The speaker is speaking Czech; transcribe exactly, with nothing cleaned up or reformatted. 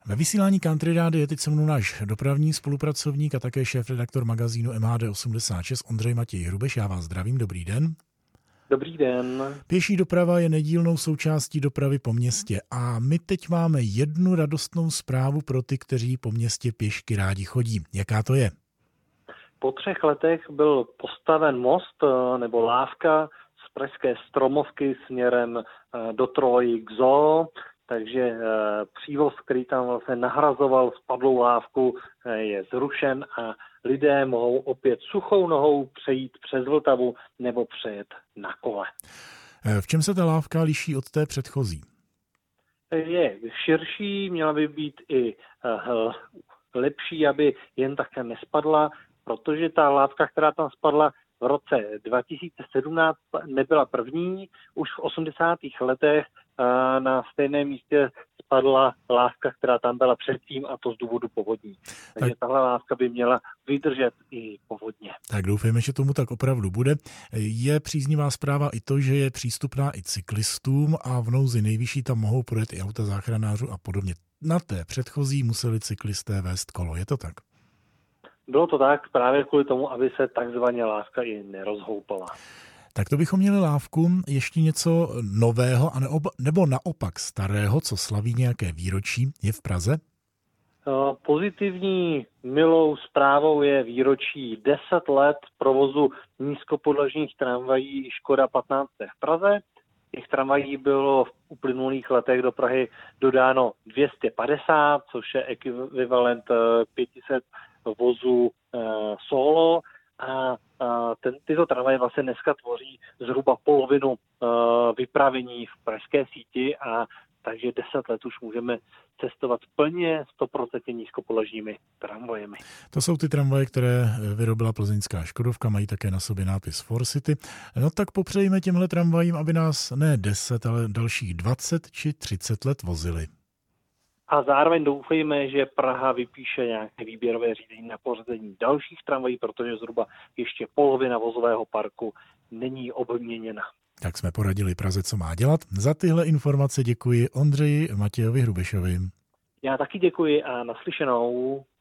Ve vysílání Country Rádia je teď se mnou náš dopravní spolupracovník a také šéfredaktor magazínu M H D osmdesát šest Ondřej Matěj Hrubeš. Já vás zdravím, dobrý den. Dobrý den. Pěší doprava je nedílnou součástí dopravy po městě a my teď máme jednu radostnou zprávu pro ty, kteří po městě pěšky rádi chodí. Jaká to je? Po třech letech byl postaven most nebo lávka z pražské Stromovky směrem do Troji k zoo, takže přívoz, který tam vlastně nahrazoval spadlou lávku, je zrušen a lidé mohou opět suchou nohou přejít přes Vltavu nebo přejet na kole. V čem se ta lávka liší od té předchozí? Je širší, měla by být i lepší, aby jen také nespadla, protože ta lávka, která tam spadla v roce dva tisíce sedmnáct, nebyla první. Už v osmdesátých letech na stejném místě spadla lávka, která tam byla předtím, a to z důvodu povodní. Takže tak tahle lávka by měla vydržet i povodně. Tak doufejme, že tomu tak opravdu bude. Je příznivá zpráva i to, že je přístupná i cyklistům a v nouzi nejvyšší tam mohou projet i auta záchranářů a podobně. Na té předchozí museli cyklisté vést kolo, je to tak? Bylo to tak právě kvůli tomu, aby se takzvaně lávka i nerozhoupala. Tak to bychom měli lávku, ještě něco nového, a nebo naopak starého, co slaví nějaké výročí, je v Praze? Pozitivní milou zprávou je výročí deset let provozu nízkopodlažních tramvají Škoda patnáct v Praze. Těch tramvají bylo v uplynulých letech do Prahy dodáno dvě stě padesát, což je ekvivalent pět set vozů e, solo a, a ten, tyto tramvaje vlastně dneska tvoří zhruba polovinu e, vypravení v pražské síti, a takže deset let už můžeme cestovat plně sto procent nízkopodlažními tramvajemi. To jsou ty tramvaje, které vyrobila plzeňská Škodovka, mají také na sobě nápis For City. No tak popřejme těmhle tramvajím, aby nás ne deset, ale dalších dvacet či třicet let vozili. A zároveň doufejme, že Praha vypíše nějaké výběrové řízení na pořízení dalších tramvají, protože zhruba ještě polovina vozového parku není obměněna. Tak jsme poradili Praze, co má dělat. Za tyhle informace děkuji Ondřeji Matějovi Hrubešovi. Já taky děkuji a naslyšenou.